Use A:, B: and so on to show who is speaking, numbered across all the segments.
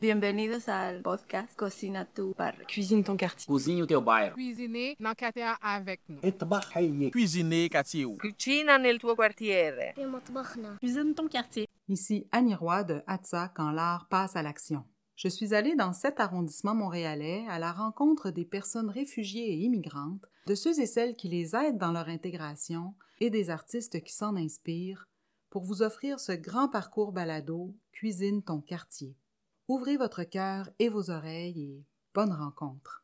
A: Bienvenidos al podcast Cocina tu Barrio.
B: Cuisine ton quartier.
C: Cozinhe o teu bairro.
D: Cuisiner dans quartier avec nous.
E: اطبخ حيك.
C: Cuisiner quartier.
F: Cucina nel tuo quartiere.
B: Cuisine ton quartier.
G: Ici Annie Roy de Hatsa quand l'art passe à l'action. Je suis allée dans 7 arrondissements montréalais à la rencontre des personnes réfugiées et immigrantes, de ceux et celles qui les aident dans leur intégration et des artistes qui s'en inspirent pour vous offrir ce grand parcours balado Cuisine ton quartier. Ouvrez votre cœur et vos oreilles et bonne rencontre.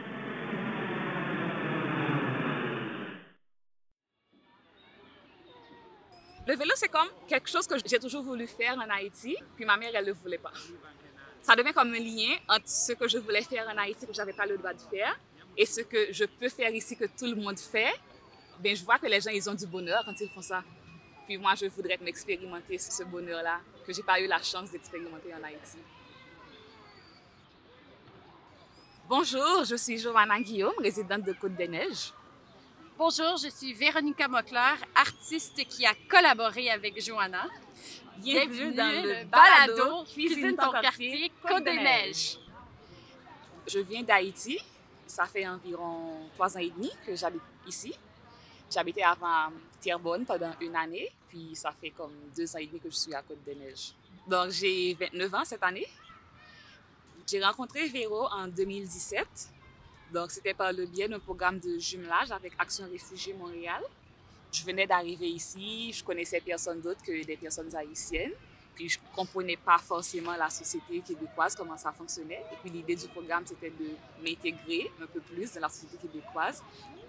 H: Le vélo, c'est comme quelque chose que j'ai toujours voulu faire en Haïti, puis ma mère, elle ne le voulait pas. Ça devient comme un lien entre ce que je voulais faire en Haïti, que je n'avais pas le droit de faire, et ce que je peux faire ici, que tout le monde fait. Bien, je vois que les gens, ils ont du bonheur quand ils font ça. Puis moi, je voudrais m'expérimenter ce bonheur-là, que je n'ai pas eu la chance d'expérimenter en Haïti. Bonjour, je suis Johanna Guillaume, résidente de Côte-des-Neiges.
I: Bonjour, je suis Véronica Mocler, artiste qui a collaboré avec Johanna.
H: Bienvenue dans le balado Cuisine ton quartier,
I: Côte-des-Neiges.
H: Je viens d'Haïti. Ça fait environ 3 ans et demi que j'habite ici. J'habitais avant à Terrebonne pendant 1 année, puis ça fait comme 2 ans et demi que je suis à Côte-des-Neiges. Donc j'ai 29 ans cette année. J'ai rencontré Véro en 2017. Donc, c'était par le biais d'un programme de jumelage avec Action Réfugiés Montréal. Je venais d'arriver ici, je connaissais personne d'autre que des personnes haïtiennes. Puis, je ne comprenais pas forcément la société québécoise, comment ça fonctionnait. Et puis, l'idée du programme, c'était de m'intégrer un peu plus dans la société québécoise.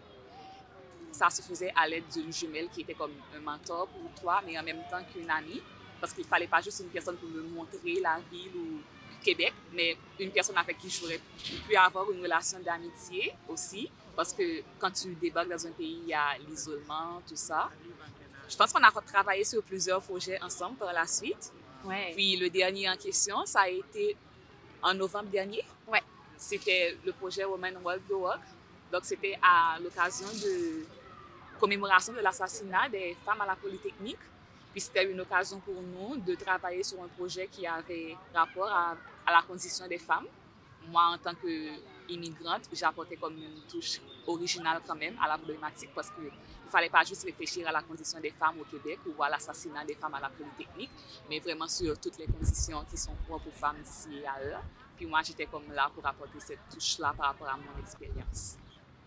H: Ça se faisait à l'aide d'une jumelle qui était comme un mentor pour toi, mais en même temps qu'une amie. Parce qu'il ne fallait pas juste une personne pour me montrer la ville ou Québec, mais une personne avec qui j'aurais pu avoir une relation d'amitié aussi, parce que quand tu débarques dans un pays, il y a l'isolement, tout ça. Je pense qu'on a travaillé sur plusieurs projets ensemble par la suite.
I: Ouais.
H: Puis le dernier en question, ça a été en novembre dernier.
I: Ouais.
H: C'était le projet Women Walk the Walk. Donc c'était à l'occasion de commémoration de l'assassinat des femmes à la Polytechnique. Puis c'était une occasion pour nous de travailler sur un projet qui avait rapport à la condition des femmes. Moi, en tant qu'immigrante, j'apportais comme une touche originale quand même à la problématique parce qu'il ne fallait pas juste réfléchir à la condition des femmes au Québec ou à l'assassinat des femmes à la Polytechnique, mais vraiment sur toutes les conditions qui sont propres aux femmes d'ici et ailleurs. Puis moi, j'étais comme là pour apporter cette touche-là par rapport à mon expérience.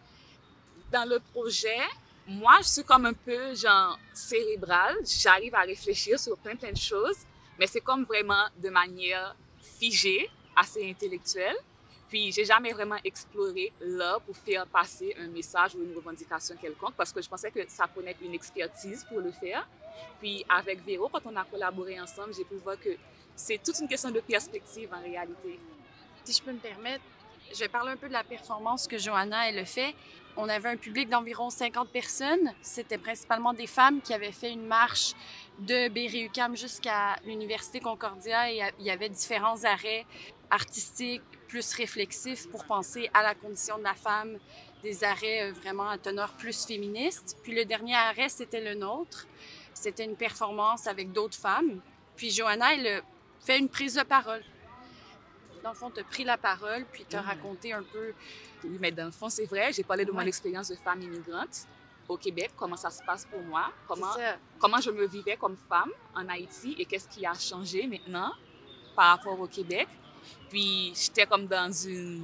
H: Dans le projet, moi, je suis comme un peu genre cérébrale. J'arrive à réfléchir sur plein de choses, mais c'est comme vraiment de manière figée, assez intellectuelle. Puis, j'ai jamais vraiment exploré là pour faire passer un message ou une revendication quelconque parce que je pensais que ça prenait une expertise pour le faire. Puis, avec Véro, quand on a collaboré ensemble, j'ai pu voir que c'est toute une question de perspective en réalité.
I: Si je peux me permettre, je vais parler un peu de la performance que Johanna elle a fait. On avait un public d'environ 50 personnes. C'était principalement des femmes qui avaient fait une marche de Berry-UQAM jusqu'à l'Université Concordia et il y avait différents arrêts artistiques plus réflexifs pour penser à la condition de la femme, des arrêts vraiment à teneur plus féministe. Puis le dernier arrêt, c'était le nôtre. C'était une performance avec d'autres femmes. Puis Johanna, elle a fait une prise de parole. Dans le fond, tu as pris la parole, puis tu as raconté un peu.
H: Oui, mais dans le fond, c'est vrai, j'ai parlé de mon expérience de femme immigrante au Québec, comment ça se passe pour moi, comment je me vivais comme femme en Haïti et qu'est-ce qui a changé maintenant par rapport au Québec. Puis, j'étais comme dans une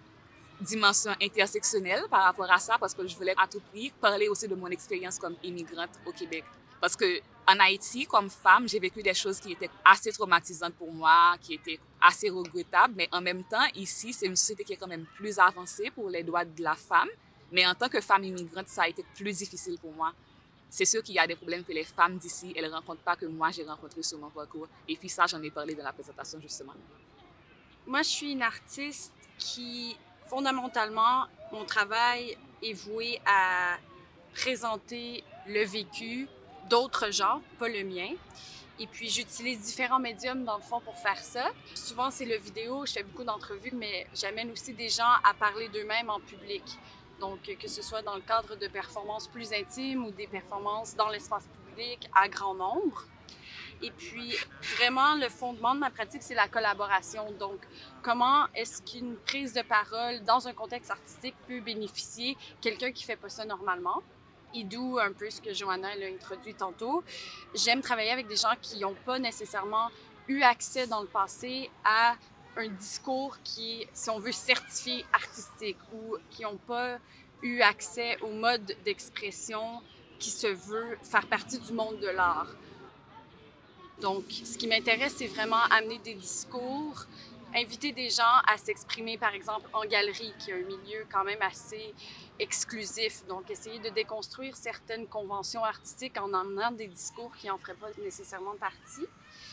H: dimension intersectionnelle par rapport à ça parce que je voulais à tout prix parler aussi de mon expérience comme immigrante au Québec. Parce qu'en Haïti, comme femme, j'ai vécu des choses qui étaient assez traumatisantes pour moi, qui étaient assez regrettables. Mais en même temps, ici, c'est une société qui est quand même plus avancée pour les droits de la femme. Mais en tant que femme immigrante, ça a été plus difficile pour moi. C'est sûr qu'il y a des problèmes que les femmes d'ici, elles ne rencontrent pas que moi, j'ai rencontrés sur mon parcours. Et puis ça, j'en ai parlé dans la présentation, justement.
I: Moi, je suis une artiste qui, fondamentalement, mon travail est voué à présenter le vécu d'autres genres, pas le mien. Et puis, j'utilise différents médiums, dans le fond, pour faire ça. Souvent, c'est le vidéo. Je fais beaucoup d'entrevues, mais j'amène aussi des gens à parler d'eux-mêmes en public. Donc, que ce soit dans le cadre de performances plus intimes ou des performances dans l'espace public à grand nombre. Et puis, vraiment, le fondement de ma pratique, c'est la collaboration. Donc, comment est-ce qu'une prise de parole dans un contexte artistique peut bénéficier quelqu'un qui ne fait pas ça normalement? Et d'où un peu ce que Johanna a introduit tantôt. J'aime travailler avec des gens qui n'ont pas nécessairement eu accès dans le passé à un discours qui est, si on veut, certifié artistique ou qui n'ont pas eu accès au mode d'expression qui se veut faire partie du monde de l'art. Donc, ce qui m'intéresse, c'est vraiment amener des discours, inviter des gens à s'exprimer, par exemple, en galerie, qui est un milieu quand même assez exclusif. Donc, essayer de déconstruire certaines conventions artistiques en emmenant des discours qui n'en feraient pas nécessairement partie.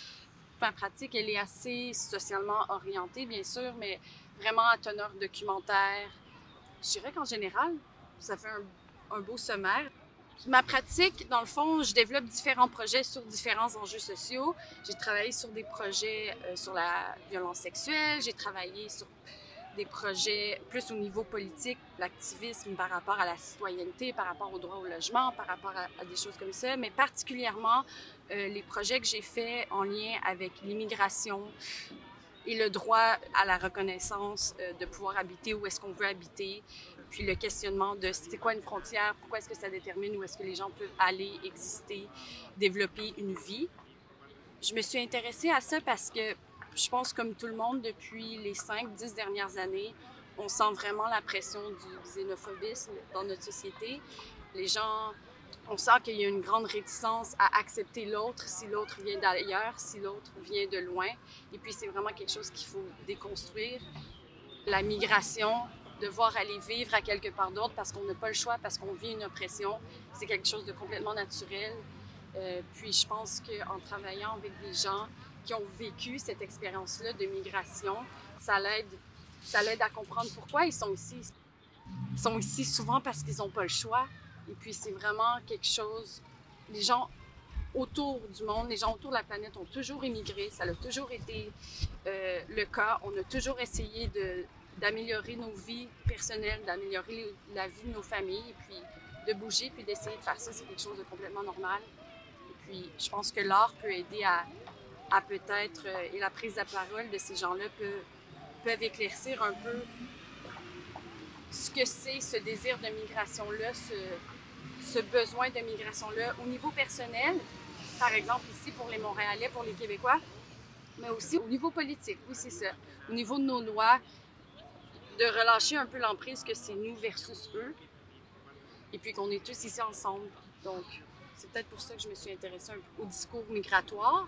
I: Ma pratique, elle est assez socialement orientée, bien sûr, mais vraiment à teneur documentaire. Je dirais qu'en général, ça fait un beau sommaire. Ma pratique, dans le fond, je développe différents projets sur différents enjeux sociaux. J'ai travaillé sur des projets sur la violence sexuelle, j'ai travaillé sur des projets plus au niveau politique, l'activisme par rapport à la citoyenneté, par rapport au droit au logement, par rapport à des choses comme ça, mais particulièrement les projets que j'ai faits en lien avec l'immigration et le droit à la reconnaissance de pouvoir habiter où est-ce qu'on veut habiter, puis le questionnement de c'est quoi une frontière, pourquoi est-ce que ça détermine où est-ce que les gens peuvent aller, exister, développer une vie. Je me suis intéressée à ça parce que je pense, comme tout le monde, depuis les 5-10 dernières années, on sent vraiment la pression du xénophobisme dans notre société. Les gens, on sent qu'il y a une grande réticence à accepter l'autre si l'autre vient d'ailleurs, si l'autre vient de loin. Et puis, c'est vraiment quelque chose qu'il faut déconstruire. La migration, devoir aller vivre à quelque part d'autre parce qu'on n'a pas le choix, parce qu'on vit une oppression, c'est quelque chose de complètement naturel. Puis, je pense qu'en travaillant avec des gens qui ont vécu cette expérience-là de migration, ça l'aide à comprendre pourquoi ils sont ici. Ils sont ici souvent parce qu'ils n'ont pas le choix. Et puis, c'est vraiment quelque chose... Les gens autour du monde, les gens autour de la planète ont toujours immigré. Ça a toujours été le cas. On a toujours essayé d'améliorer nos vies personnelles, d'améliorer la vie de nos familles, et puis de bouger, puis d'essayer de faire ça, c'est quelque chose de complètement normal. Et puis, je pense que l'art peut aider à peut-être, et la prise de parole de ces gens-là peuvent éclaircir un peu ce que c'est ce désir de migration-là, ce besoin de migration-là au niveau personnel, par exemple ici pour les Montréalais, pour les Québécois, mais aussi au niveau politique, oui c'est ça, au niveau de nos lois, de relâcher un peu l'emprise que c'est nous versus eux, et puis qu'on est tous ici ensemble. Donc, c'est peut-être pour ça que je me suis intéressée un peu au discours migratoire.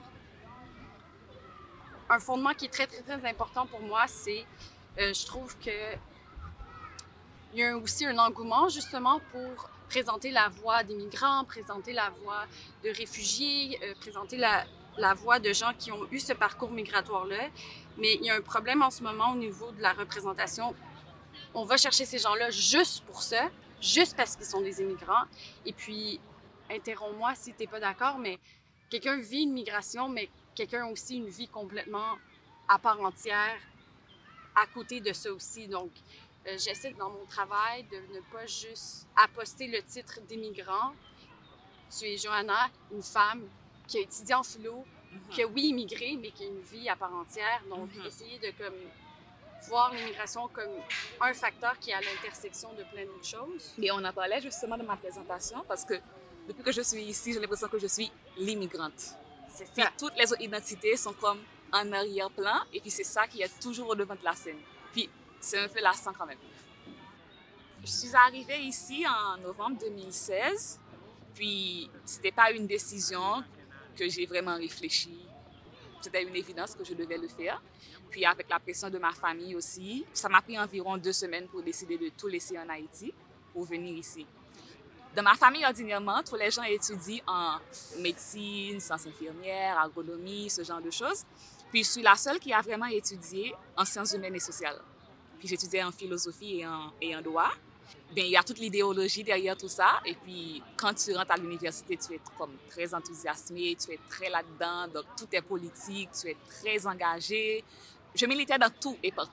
I: Un fondement qui est très, très, très important pour moi, c'est, je trouve qu'il y a aussi un engouement justement pour présenter la voix des migrants, présenter la voix de réfugiés, présenter la voix de gens qui ont eu ce parcours migratoire-là. Mais il y a un problème en ce moment au niveau de la représentation. On va chercher ces gens-là juste pour ça, juste parce qu'ils sont des immigrants. Et puis, interromps-moi si tu n'es pas d'accord, mais quelqu'un vit une migration, mais quelqu'un a aussi une vie complètement à part entière à côté de ça aussi. Donc, j'essaie dans mon travail de ne pas juste apposter le titre d'immigrant. Tu es Johanna, une femme qui a étudié en philo, qui a, oui, immigré, mais qui a une vie à part entière. Donc, essayer de voir l'immigration comme un facteur qui est à l'intersection de plein d'autres choses.
H: Et on en parlait justement de ma présentation parce que depuis que je suis ici, j'ai l'impression que je suis l'immigrante.
I: C'est
H: Puis
I: ça.
H: toutes les autres identités sont comme en arrière-plan et puis c'est ça qui est toujours au devant de la scène. Puis c'est un peu lassant quand même. Je suis arrivée ici en novembre 2016, puis c'était pas une décision que j'ai vraiment réfléchi. C'était une évidence que je devais le faire. Puis avec la pression de ma famille aussi, ça m'a pris environ 2 semaines pour décider de tout laisser en Haïti pour venir ici. Dans ma famille, ordinairement, tous les gens étudient en médecine, sciences infirmières, agronomie, ce genre de choses. Puis je suis la seule qui a vraiment étudié en sciences humaines et sociales. Puis j'étudiais en philosophie et en droit. Bien, il y a toute l'idéologie derrière tout ça. Et puis, quand tu rentres à l'université, tu es comme très enthousiasmé, tu es très là-dedans. Donc, tout est politique, tu es très engagé. Je militais dans tout et partout.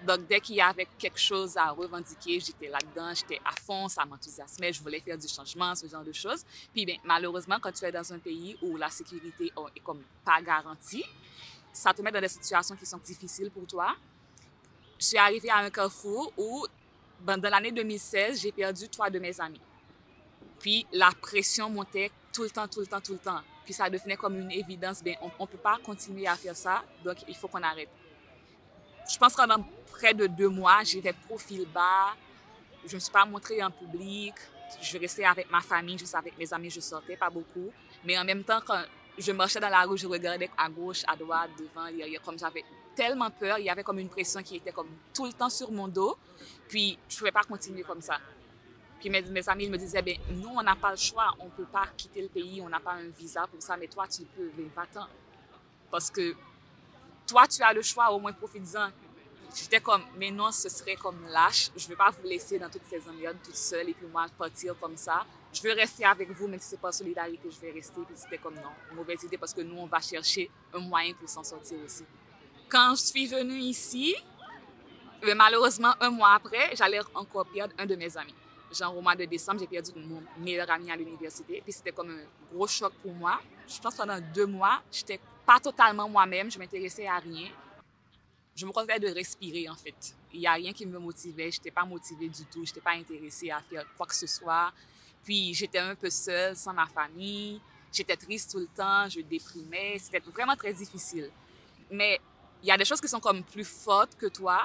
H: Donc, dès qu'il y avait quelque chose à revendiquer, j'étais là-dedans, j'étais à fond, ça m'enthousiasmait, je voulais faire du changement, ce genre de choses. Puis, bien, malheureusement, quand tu es dans un pays où la sécurité est comme pas garantie, ça te met dans des situations qui sont difficiles pour toi. Je suis arrivée à un carrefour où, dans l'année 2016, j'ai perdu 3 de mes amis. Puis, la pression montait tout le temps. Puis, ça devenait comme une évidence, bien, on ne peut pas continuer à faire ça, donc il faut qu'on arrête. Je pense que pendant près de 2 mois, j'étais profil bas. Je ne me suis pas montrée en public. Je restais avec ma famille, juste avec mes amis, je sortais pas beaucoup. Mais en même temps, quand je marchais dans la rue, je regardais à gauche, à droite, devant, derrière. Comme j'avais tellement peur, il y avait comme une pression qui était comme tout le temps sur mon dos. Puis, je ne pouvais pas continuer comme ça. Puis mes amis me disaient, bien, nous, on n'a pas le choix. On ne peut pas quitter le pays, on n'a pas un visa pour ça. Mais toi, tu peux, va-t'en. Parce que toi, tu as le choix, au moins profite-en. J'étais comme, mais non, ce serait comme lâche. Je ne veux pas vous laisser dans toutes ces emmerdes toute seule et puis moi partir comme ça. Je veux rester avec vous, même si ce n'est pas solidarité, je vais rester. Puis c'était comme non, mauvaise idée parce que nous, on va chercher un moyen pour s'en sortir aussi. Quand je suis venue ici, malheureusement, 1 mois après, j'allais encore perdre un de mes amis. Genre au mois de décembre, j'ai perdu mon meilleur ami à l'université. Puis c'était comme un gros choc pour moi. Je pense que pendant 2 mois, je n'étais pas totalement moi-même. Je m'intéressais à rien. Je me contentais de respirer, en fait. Il n'y a rien qui me motivait. Je n'étais pas motivée du tout. Je n'étais pas intéressée à faire quoi que ce soit. Puis j'étais un peu seule, sans ma famille. J'étais triste tout le temps. Je déprimais. C'était vraiment très difficile. Mais il y a des choses qui sont comme plus fortes que toi.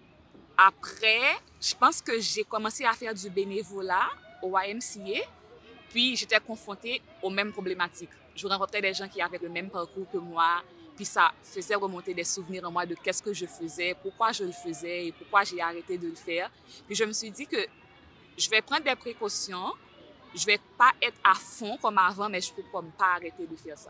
H: Après, je pense que j'ai commencé à faire du bénévolat au YMCA, puis j'étais confrontée aux mêmes problématiques. Je rencontrais des gens qui avaient le même parcours que moi, puis ça faisait remonter des souvenirs en moi de qu'est-ce que je faisais, pourquoi je le faisais et pourquoi j'ai arrêté de le faire. Puis je me suis dit que je vais prendre des précautions, je vais pas être à fond comme avant, mais je peux comme pas arrêter de faire ça.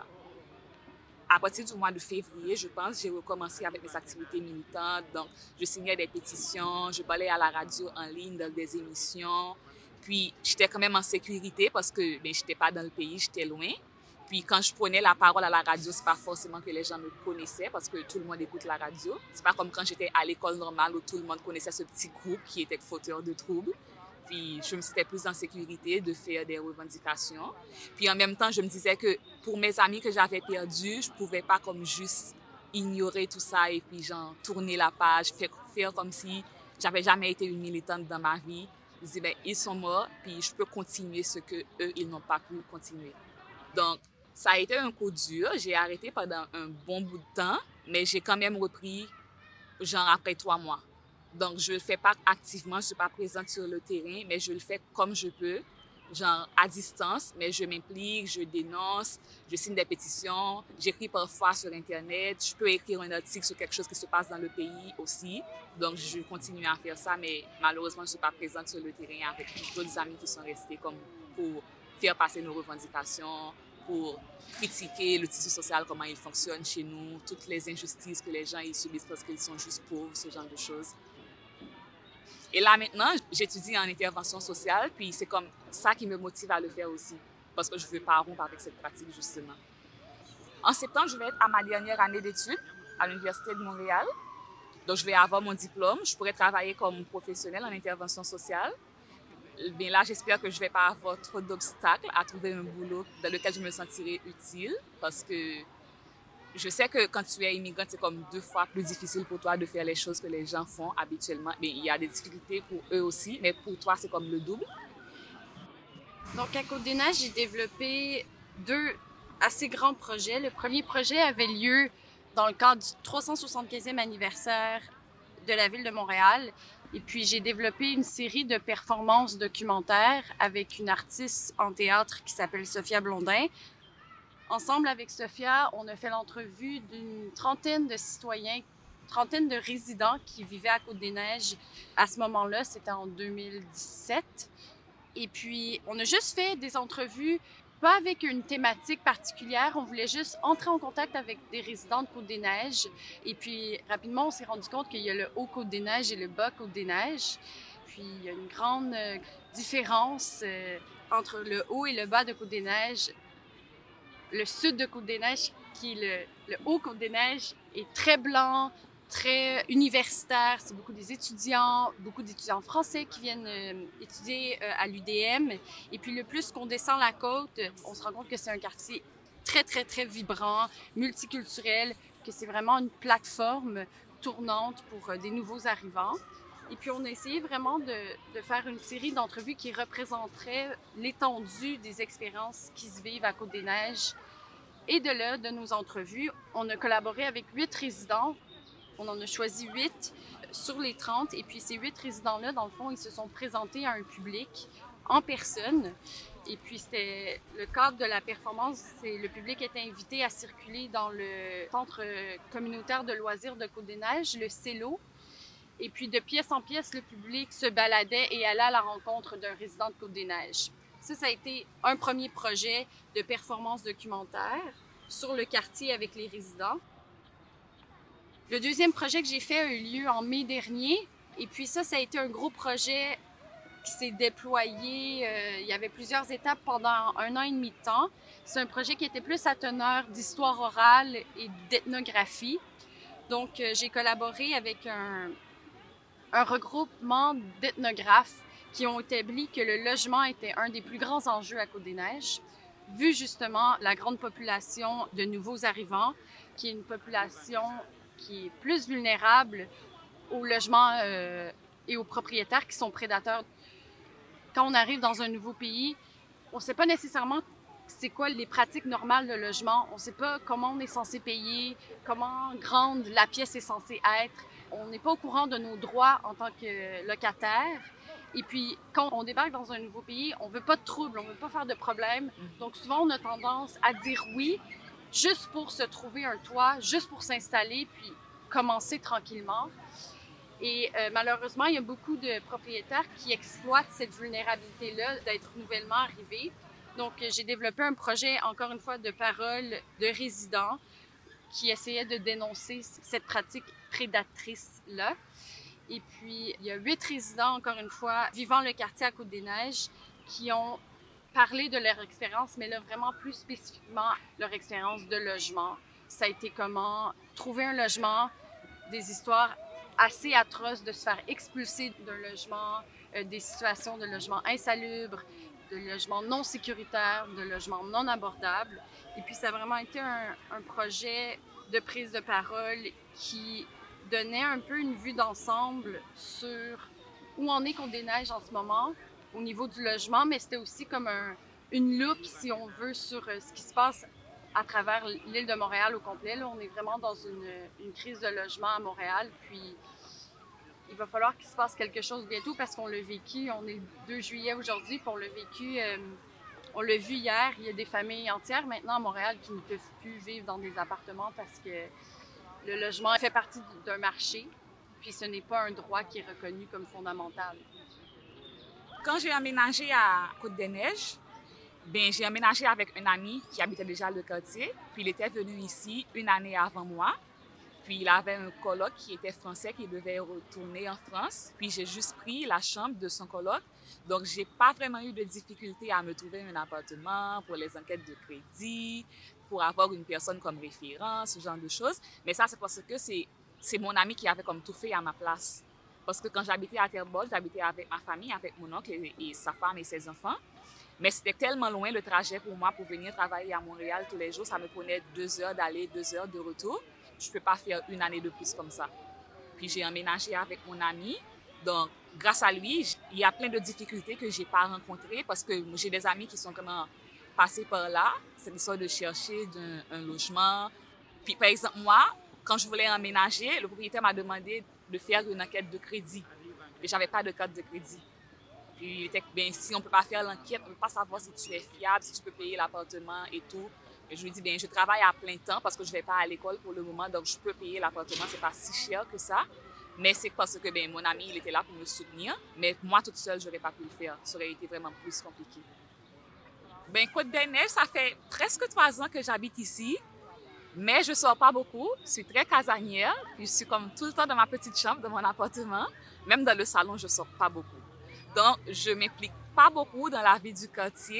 H: À partir du mois de février, je pense, j'ai recommencé avec mes activités militantes. Donc, je signais des pétitions, je parlais à la radio en ligne dans des émissions. Puis, j'étais quand même en sécurité parce que je n'étais pas dans le pays, j'étais loin. Puis, quand je prenais la parole à la radio, ce n'est pas forcément que les gens me connaissaient parce que tout le monde écoute la radio. Ce n'est pas comme quand j'étais à l'école normale où tout le monde connaissait ce petit groupe qui était fauteur de troubles. Puis, je me sentais plus en sécurité de faire des revendications. Puis, en même temps, je me disais que pour mes amis que j'avais perdus, je ne pouvais pas comme juste ignorer tout ça et puis genre tourner la page, faire comme si j'avais jamais été une militante dans ma vie. Je me disais, bien, ils sont morts, puis je peux continuer ce que eux ils n'ont pas pu continuer. Donc, ça a été un coup dur. J'ai arrêté pendant un bon bout de temps, mais j'ai quand même repris genre après 3 mois. Donc, je ne le fais pas activement, je ne suis pas présente sur le terrain, mais je le fais comme je peux, genre à distance, mais je m'implique, je dénonce, je signe des pétitions, j'écris parfois sur Internet, je peux écrire un article sur quelque chose qui se passe dans le pays aussi. Donc, je continue à faire ça, mais malheureusement, je ne suis pas présente sur le terrain avec d'autres amis qui sont restés comme pour faire passer nos revendications, pour critiquer le tissu social, comment il fonctionne chez nous, toutes les injustices que les gens ils subissent parce qu'ils sont juste pauvres, ce genre de choses. Et là, maintenant, j'étudie en intervention sociale, puis c'est comme ça qui me motive à le faire aussi, parce que je ne veux pas rompre avec cette pratique, justement. En septembre, je vais être à ma dernière année d'études à l'Université de Montréal. Donc, je vais avoir mon diplôme. Je pourrai travailler comme professionnelle en intervention sociale. Bien là, j'espère que je ne vais pas avoir trop d'obstacles à trouver un boulot dans lequel je me sentirai utile, parce que je sais que quand tu es immigrante, c'est comme 2 fois plus difficile pour toi de faire les choses que les gens font habituellement. Mais il y a des difficultés pour eux aussi, mais pour toi, c'est comme le double.
I: Donc, à Côte-des-Neiges, j'ai développé 2 assez grands projets. Le premier projet avait lieu dans le cadre du 375e anniversaire de la Ville de Montréal. Et puis, j'ai développé une série de performances documentaires avec une artiste en théâtre qui s'appelle Sophia Blondin. Ensemble avec Sophia, on a fait l'entrevue d'une trentaine de citoyens, trentaine de résidents qui vivaient à Côte-des-Neiges. À ce moment-là, c'était en 2017. Et puis, on a juste fait des entrevues, pas avec une thématique particulière. On voulait juste entrer en contact avec des résidents de Côte-des-Neiges. Et puis, rapidement, on s'est rendu compte qu'il y a le haut Côte-des-Neiges et le bas Côte-des-Neiges. Puis, il y a une grande différence entre le haut et le bas de Côte-des-Neiges. Le sud de Côte-des-Neiges, qui est le haut Côte-des-Neiges, est très blanc, très universitaire. C'est beaucoup d'étudiants français qui viennent étudier à l'UDM. Et puis le plus qu'on descend la côte, on se rend compte que c'est un quartier très, très, très vibrant, multiculturel, que c'est vraiment une plateforme tournante pour des nouveaux arrivants. Et puis, on a essayé vraiment de faire une série d'entrevues qui représenteraient l'étendue des expériences qui se vivent à Côte-des-Neiges. Et de là, de nos entrevues, on a collaboré avec 8 résidents. On en a choisi 8 sur les 30. Et puis, ces 8 résidents-là, dans le fond, ils se sont présentés à un public en personne. Et puis, c'était le cadre de la performance. Le public était invité à circuler dans le centre communautaire de loisirs de Côte-des-Neiges, le CELO. Et puis, de pièce en pièce, le public se baladait et allait à la rencontre d'un résident de Côte-des-Neiges. Ça a été un premier projet de performance documentaire sur le quartier avec les résidents. Le deuxième projet que j'ai fait a eu lieu en mai dernier. Et puis ça a été un gros projet qui s'est déployé. Il y avait plusieurs étapes pendant 1 an et demi de temps. C'est un projet qui était plus à teneur d'histoire orale et d'ethnographie. Donc, j'ai collaboré avec un regroupement d'ethnographes qui ont établi que le logement était un des plus grands enjeux à Côte-des-Neiges, vu justement la grande population de nouveaux arrivants, qui est une population qui est plus vulnérable au logement et aux propriétaires qui sont prédateurs. Quand on arrive dans un nouveau pays, on ne sait pas nécessairement c'est quoi les pratiques normales de logement. On ne sait pas comment on est censé payer, comment grande la pièce est censée être. On n'est pas au courant de nos droits en tant que locataire. Et puis, quand on débarque dans un nouveau pays, on ne veut pas de trouble, on ne veut pas faire de problème. Donc, souvent, on a tendance à dire oui, juste pour se trouver un toit, juste pour s'installer, puis commencer tranquillement. Et malheureusement, il y a beaucoup de propriétaires qui exploitent cette vulnérabilité-là d'être nouvellement arrivés. Donc, j'ai développé un projet, encore une fois, de parole de résidents qui essayait de dénoncer cette pratique prédatrice-là. Et puis, il y a 8 résidents, encore une fois, vivant le quartier à Côte-des-Neiges, qui ont parlé de leur expérience, mais là, vraiment plus spécifiquement, leur expérience de logement. Ça a été comment trouver un logement, des histoires assez atroces de se faire expulser d'un logement, des situations de logement insalubre, de logements non sécuritaires, de logements non abordables. Et puis, ça a vraiment été un projet de prise de parole qui donnait un peu une vue d'ensemble sur où en est Côte-des-Neiges en ce moment, au niveau du logement, mais c'était aussi comme une loupe, si on veut, sur ce qui se passe à travers l'île de Montréal au complet. Là, on est vraiment dans une crise de logement à Montréal, puis il va falloir qu'il se passe quelque chose bientôt parce qu'on l'a vécu. On est le 2 juillet aujourd'hui, puis on l'a vécu, on l'a vu hier. Il y a des familles entières maintenant à Montréal qui ne peuvent plus vivre dans des appartements parce que le logement fait partie d'un marché, puis ce n'est pas un droit qui est reconnu comme fondamental.
H: Quand j'ai emménagé à Côte-des-Neiges, j'ai emménagé avec un ami qui habitait déjà le quartier, puis il était venu ici 1 année avant moi. Puis il avait un coloc qui était français qui devait retourner en France. Puis j'ai juste pris la chambre de son coloc. Donc, j'ai pas vraiment eu de difficulté à me trouver un appartement pour les enquêtes de crédit, pour avoir une personne comme référence, ce genre de choses. Mais ça, c'est parce que c'est mon ami qui avait comme tout fait à ma place. Parce que quand j'habitais à Terrebonne, j'habitais avec ma famille, avec mon oncle et sa femme et ses enfants. Mais c'était tellement loin le trajet pour moi pour venir travailler à Montréal tous les jours. Ça me prenait 2 heures d'aller, 2 heures de retour. Je ne peux pas faire 1 année de plus comme ça. Puis j'ai emménagé avec mon ami. Donc, grâce à lui, il y a plein de difficultés que je n'ai pas rencontrées parce que j'ai des amis qui sont comment passés par là. C'est l'histoire de chercher un logement. Puis, par exemple, moi, quand je voulais emménager, le propriétaire m'a demandé de faire une enquête de crédit. Et je n'avais pas de carte de crédit. Puis, il était bien, si on ne peut pas faire l'enquête, on ne peut pas savoir si tu es fiable, si tu peux payer l'appartement et tout. Et je lui dis, bien, je travaille à plein temps parce que je ne vais pas à l'école pour le moment, donc je peux payer l'appartement, c'est pas si cher que ça. Mais c'est parce que bien, mon ami, il était là pour me soutenir. Mais moi, toute seule, je n'aurais pas pu le faire. Ça aurait été vraiment plus compliqué. Bien, Côte-des-Neiges, ça fait presque 3 ans que j'habite ici. Mais je ne sors pas beaucoup. Je suis très casanière. Puis je suis comme tout le temps dans ma petite chambre, dans mon appartement. Même dans le salon, je ne sors pas beaucoup. Donc, je ne m'implique pas beaucoup dans la vie du quartier.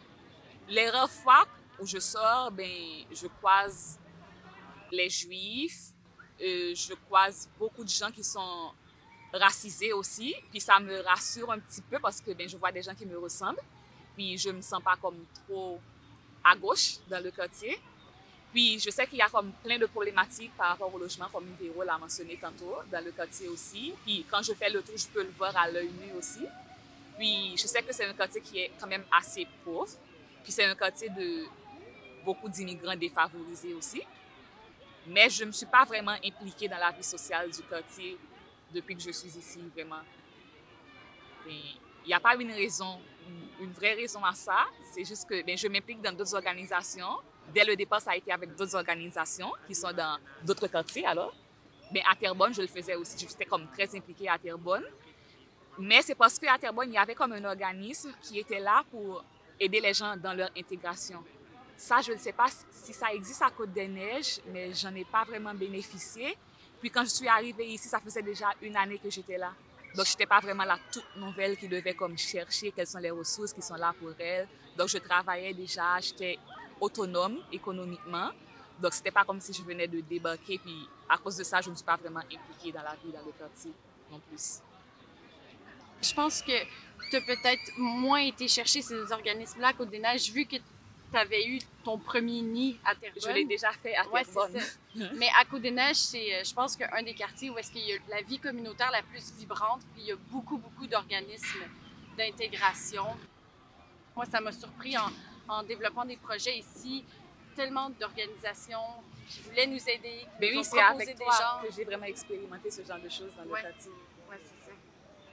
H: Les rares fois où je sors, ben, je croise les Juifs, je croise beaucoup de gens qui sont racisés aussi. Puis ça me rassure un petit peu parce que je vois des gens qui me ressemblent. Puis je me sens pas comme trop à gauche dans le quartier. Puis je sais qu'il y a comme plein de problématiques par rapport au logement, comme Véro l'a mentionné tantôt, dans le quartier aussi. Puis quand je fais le tour, je peux le voir à l'œil nu aussi. Puis je sais que c'est un quartier qui est quand même assez pauvre. Puis c'est un quartier de beaucoup d'immigrants défavorisés aussi. Mais je ne me suis pas vraiment impliquée dans la vie sociale du quartier depuis que je suis ici, vraiment. Il n'y a pas une raison, une vraie raison à ça. C'est juste que je m'implique dans d'autres organisations. Dès le départ, ça a été avec d'autres organisations qui sont dans d'autres quartiers, alors. Mais à Terrebonne, je le faisais aussi. J'étais comme très impliquée à Terrebonne. Mais c'est parce qu'à Terrebonne, il y avait comme un organisme qui était là pour aider les gens dans leur intégration. Ça, je ne sais pas si ça existe à Côte-des-Neiges, mais j'en ai pas vraiment bénéficié. Puis quand je suis arrivée ici, ça faisait déjà 1 année que j'étais là. Donc, je n'étais pas vraiment la toute nouvelle qui devait comme chercher quelles sont les ressources qui sont là pour elle. Donc, je travaillais déjà, j'étais autonome économiquement. Donc, ce n'était pas comme si je venais de débarquer. Puis, à cause de ça, je ne suis pas vraiment impliquée dans la vie dans le quartier non plus.
I: Je pense que tu as peut-être moins été chercher ces organismes-là à Côte-des-Neiges, vu que tu avais eu ton premier nid à Terrebonne.
H: Je l'ai déjà fait à Terrebonne.
I: Ouais, c'est ça. Mais à Côte-des-Neiges, c'est, je pense, qu'un des quartiers où est-ce qu'il y a la vie communautaire la plus vibrante, puis il y a beaucoup, beaucoup d'organismes d'intégration. Moi, ça m'a surpris en développant des projets ici, tellement d'organisations qui voulaient nous aider, qui nous ont
H: c'est
I: proposé
H: avec
I: des
H: toi
I: gens.
H: que j'ai vraiment expérimenté ce genre de choses dans le quartier.
I: Oui, c'est ça.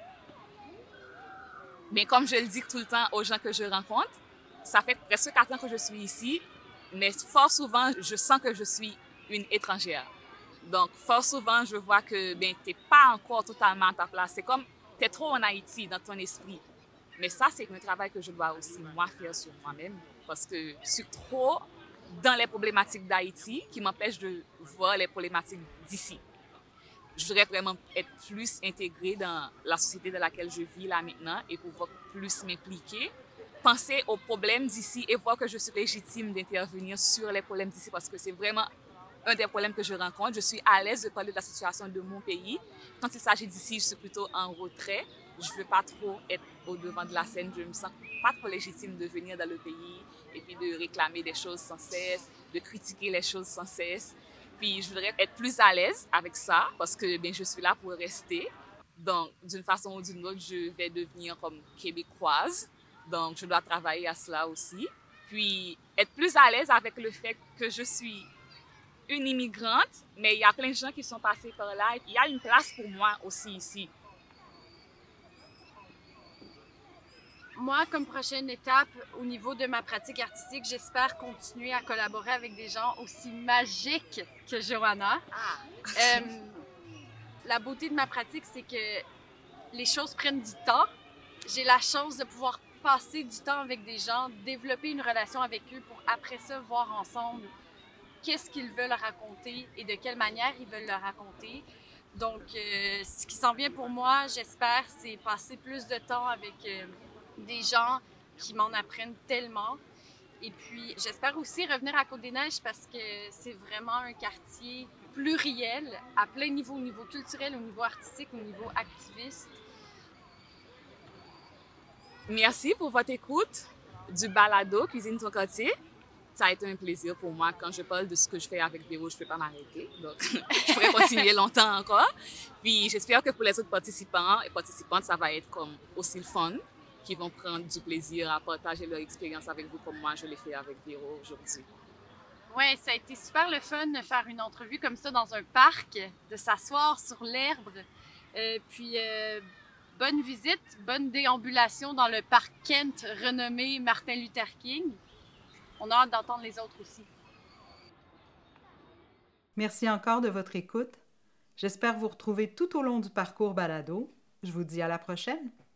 H: Mais comme je le dis tout le temps aux gens que je rencontre, ça fait presque 4 ans que je suis ici, mais fort souvent, je sens que je suis une étrangère. Donc, fort souvent, je vois que tu n'es pas encore totalement à ta place. C'est comme, tu es trop en Haïti dans ton esprit. Mais ça, c'est un travail que je dois aussi, moi, faire sur moi-même. Parce que je suis trop dans les problématiques d'Haïti qui m'empêchent de voir les problématiques d'ici. Je voudrais vraiment être plus intégrée dans la société dans laquelle je vis là maintenant et pouvoir plus m'impliquer, penser aux problèmes d'ici et voir que je suis légitime d'intervenir sur les problèmes d'ici parce que c'est vraiment un des problèmes que je rencontre. Je suis à l'aise de parler de la situation de mon pays. Quand il s'agit d'ici, je suis plutôt en retrait. Je ne veux pas trop être au devant de la scène. Je ne me sens pas trop légitime de venir dans le pays et puis de réclamer des choses sans cesse, de critiquer les choses sans cesse. Puis je voudrais être plus à l'aise avec ça parce que je suis là pour rester. Donc, d'une façon ou d'une autre, je vais devenir comme québécoise. Donc, je dois travailler à cela aussi. Puis, être plus à l'aise avec le fait que je suis une immigrante, mais il y a plein de gens qui sont passés par là. Il y a une place pour moi aussi ici.
I: Moi, comme prochaine étape, au niveau de ma pratique artistique, j'espère continuer à collaborer avec des gens aussi magiques que Johanna. La beauté de ma pratique, c'est que les choses prennent du temps. J'ai la chance de pouvoir passer du temps avec des gens, développer une relation avec eux pour après ça voir ensemble qu'est-ce qu'ils veulent raconter et de quelle manière ils veulent le raconter. Donc, ce qui s'en vient pour moi, j'espère, c'est passer plus de temps avec des gens qui m'en apprennent tellement. Et puis, j'espère aussi revenir à Côte-des-Neiges parce que c'est vraiment un quartier pluriel à plein niveau, au niveau culturel, au niveau artistique, au niveau activiste.
H: Merci pour votre écoute du balado Cuisine ton quartier. Ça a été un plaisir pour moi. Quand je parle de ce que je fais avec Véro, je ne peux pas m'arrêter. Donc, je pourrais continuer longtemps encore. Puis, j'espère que pour les autres participants et participantes, ça va être comme aussi le fun, qui vont prendre du plaisir à partager leur expérience avec vous comme moi, je l'ai fait avec Véro aujourd'hui.
I: Oui, ça a été super le fun de faire une entrevue comme ça dans un parc, de s'asseoir sur l'herbe. Puis, bonne visite, bonne déambulation dans le parc Kent renommé Martin Luther King. On a hâte d'entendre les autres aussi.
G: Merci encore de votre écoute. J'espère vous retrouver tout au long du parcours balado. Je vous dis à la prochaine.